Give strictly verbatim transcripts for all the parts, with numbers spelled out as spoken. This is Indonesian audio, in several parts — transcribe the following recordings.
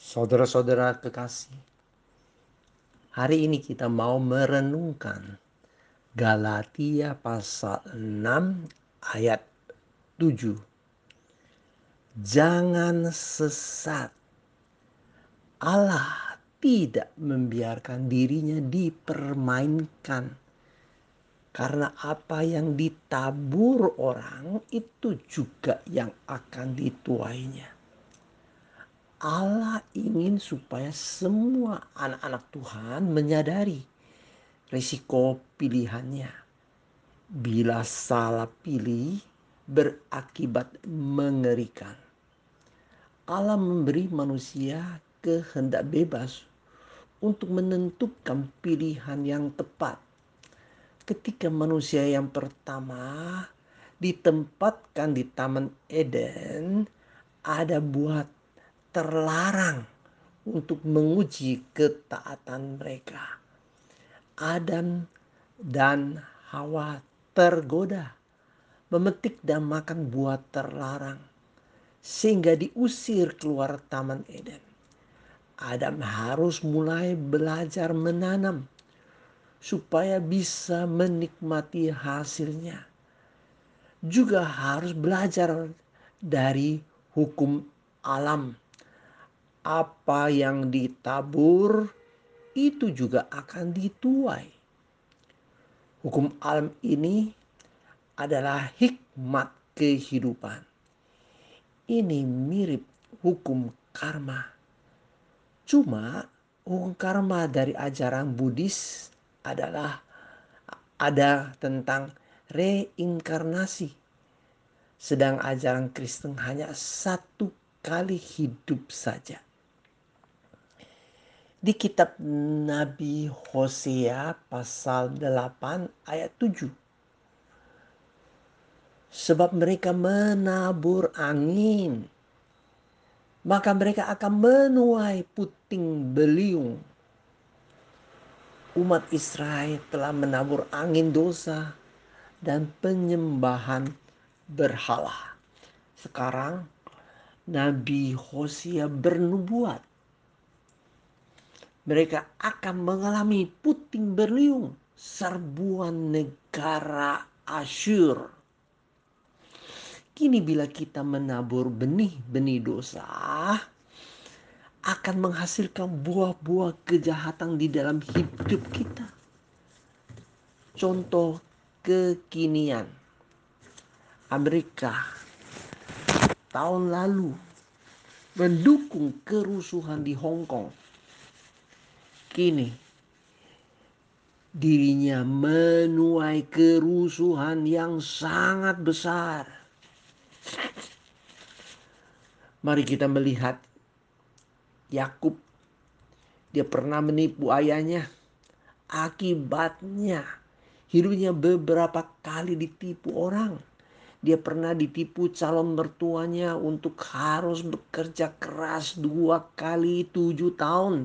Saudara-saudara kekasih, hari ini kita mau merenungkan Galatia pasal enam ayat tujuh. Jangan sesat. Allah tidak membiarkan dirinya dipermainkan. Karena apa yang ditabur orang itu juga yang akan dituainya. Allah ingin supaya semua anak-anak Tuhan menyadari risiko pilihannya. Bila salah pilih berakibat mengerikan. Allah memberi manusia kehendak bebas untuk menentukan pilihan yang tepat. Ketika manusia yang pertama ditempatkan di Taman Eden, ada buah terlarang untuk menguji ketaatan mereka. Adam dan Hawa tergoda memetik dan makan buah terlarang sehingga diusir keluar Taman Eden. Adam harus mulai belajar menanam supaya bisa menikmati hasilnya. Juga harus belajar dari hukum alam. Apa yang ditabur itu juga akan dituai. Hukum alam ini adalah hikmat kehidupan. Ini mirip hukum karma. Cuma hukum karma dari ajaran Buddhis adalah ada tentang reinkarnasi. Sedang ajaran Kristen hanya satu kali hidup saja. Di kitab Nabi Hosea pasal delapan ayat tujuh. Sebab mereka menabur angin, maka mereka akan menuai puting beliung. Umat Israel telah menabur angin dosa dan penyembahan berhala. Sekarang Nabi Hosea bernubuat. Mereka akan mengalami puting beliung serbuan negara Asyur. Kini bila kita menabur benih-benih dosa, akan menghasilkan buah-buah kejahatan di dalam hidup kita. Contoh kekinian. Amerika tahun lalu mendukung kerusuhan di Hong Kong. Kini dirinya menuai kerusuhan yang sangat besar. Mari kita melihat Yakub. Dia pernah menipu ayahnya. Akibatnya hidupnya beberapa kali ditipu orang. Dia pernah ditipu calon mertuanya untuk harus bekerja keras dua kali tujuh tahun.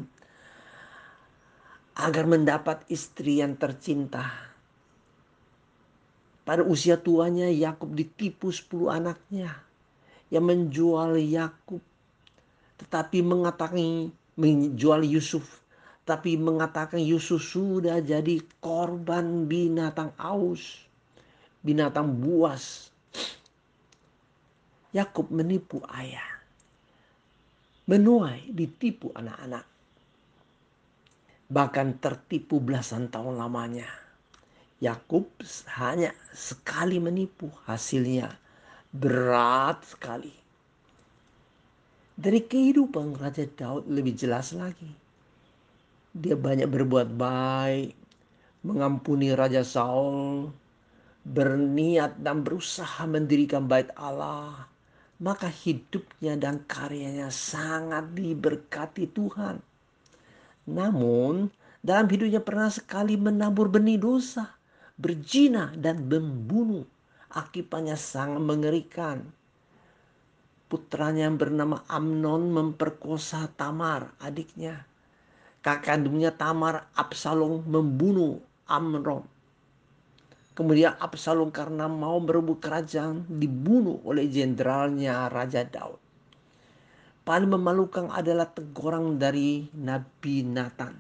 Agar mendapat istri yang tercinta. Pada usia tuanya Yakub ditipu sepuluh anaknya. Yang menjual Yakub. Tetapi mengatakan menjual Yusuf. Tapi mengatakan Yusuf sudah jadi korban binatang aus. Binatang buas. Yakub menipu ayah. Menuai ditipu anak-anak. Bahkan tertipu belasan tahun lamanya. Yakub hanya sekali menipu, hasilnya berat sekali. Dari kehidupan Raja Daud lebih jelas lagi. Dia banyak berbuat baik, mengampuni Raja Saul, berniat dan berusaha mendirikan bait Allah. Maka hidupnya dan karyanya sangat diberkati Tuhan. Namun dalam hidupnya pernah sekali menabur benih dosa, berzina dan membunuh. Akibatnya sangat mengerikan. Putranya yang bernama Amnon memperkosa Tamar, adiknya. Kakak kandungnya Tamar, Absalom, membunuh Amnon. Kemudian Absalom karena mau merebut kerajaan dibunuh oleh jenderalnya Raja Daud. paling memalukan adalah teguran dari Nabi Nathan.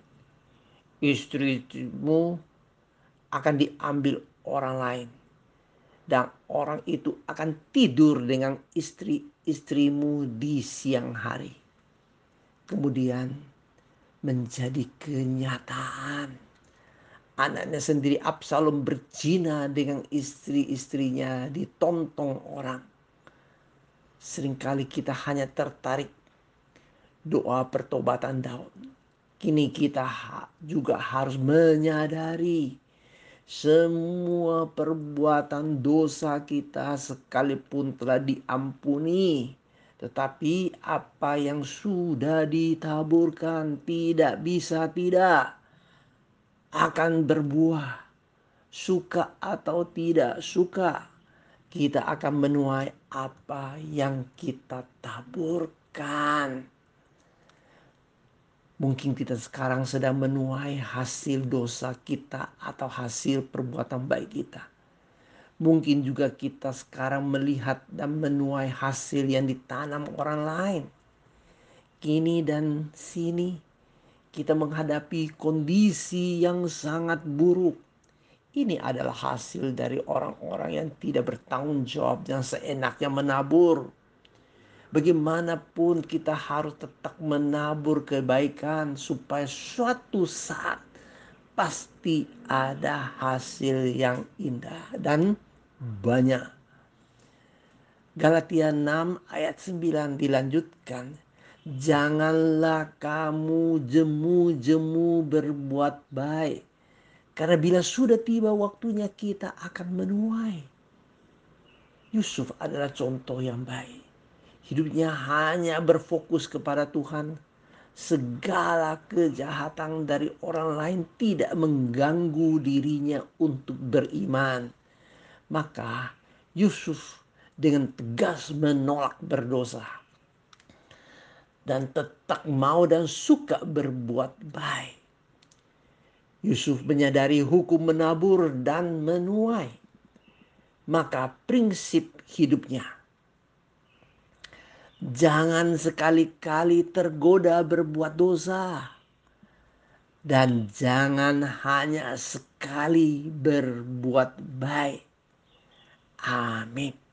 Istrimu akan diambil orang lain, dan orang itu akan tidur dengan istri-istrimu di siang hari. Kemudian menjadi kenyataan. Anaknya sendiri Absalom berzina dengan istri-istrinya, ditonton orang. Seringkali kita hanya tertarik doa pertobatan Daud. Kini kita juga harus menyadari semua perbuatan dosa kita sekalipun telah diampuni, tetapi apa yang sudah ditaburkan tidak bisa tidak akan berbuah. Suka atau tidak suka, kita akan menuai apa yang kita taburkan. Mungkin kita sekarang sedang menuai hasil dosa kita atau hasil perbuatan baik kita. Mungkin juga kita sekarang melihat dan menuai hasil yang ditanam orang lain. Kini dan sini kita menghadapi kondisi yang sangat buruk. Ini adalah hasil dari orang-orang yang tidak bertanggung jawab, yang seenaknya menabur. Bagaimanapun kita harus tetap menabur kebaikan supaya suatu saat pasti ada hasil yang indah dan banyak. Galatia enam ayat sembilan dilanjutkan. Janganlah kamu jemu-jemu berbuat baik, karena bila sudah tiba waktunya kita akan menuai. Yusuf adalah contoh yang baik. Hidupnya hanya berfokus kepada Tuhan. Segala kejahatan dari orang lain tidak mengganggu dirinya untuk beriman. Maka Yusuf dengan tegas menolak berdosa dan tetap mau dan suka berbuat baik. Yusuf menyadari hukum menabur dan menuai. Maka prinsip hidupnya, jangan sekali-kali tergoda berbuat dosa. Dan jangan hanya sekali berbuat baik. Amin.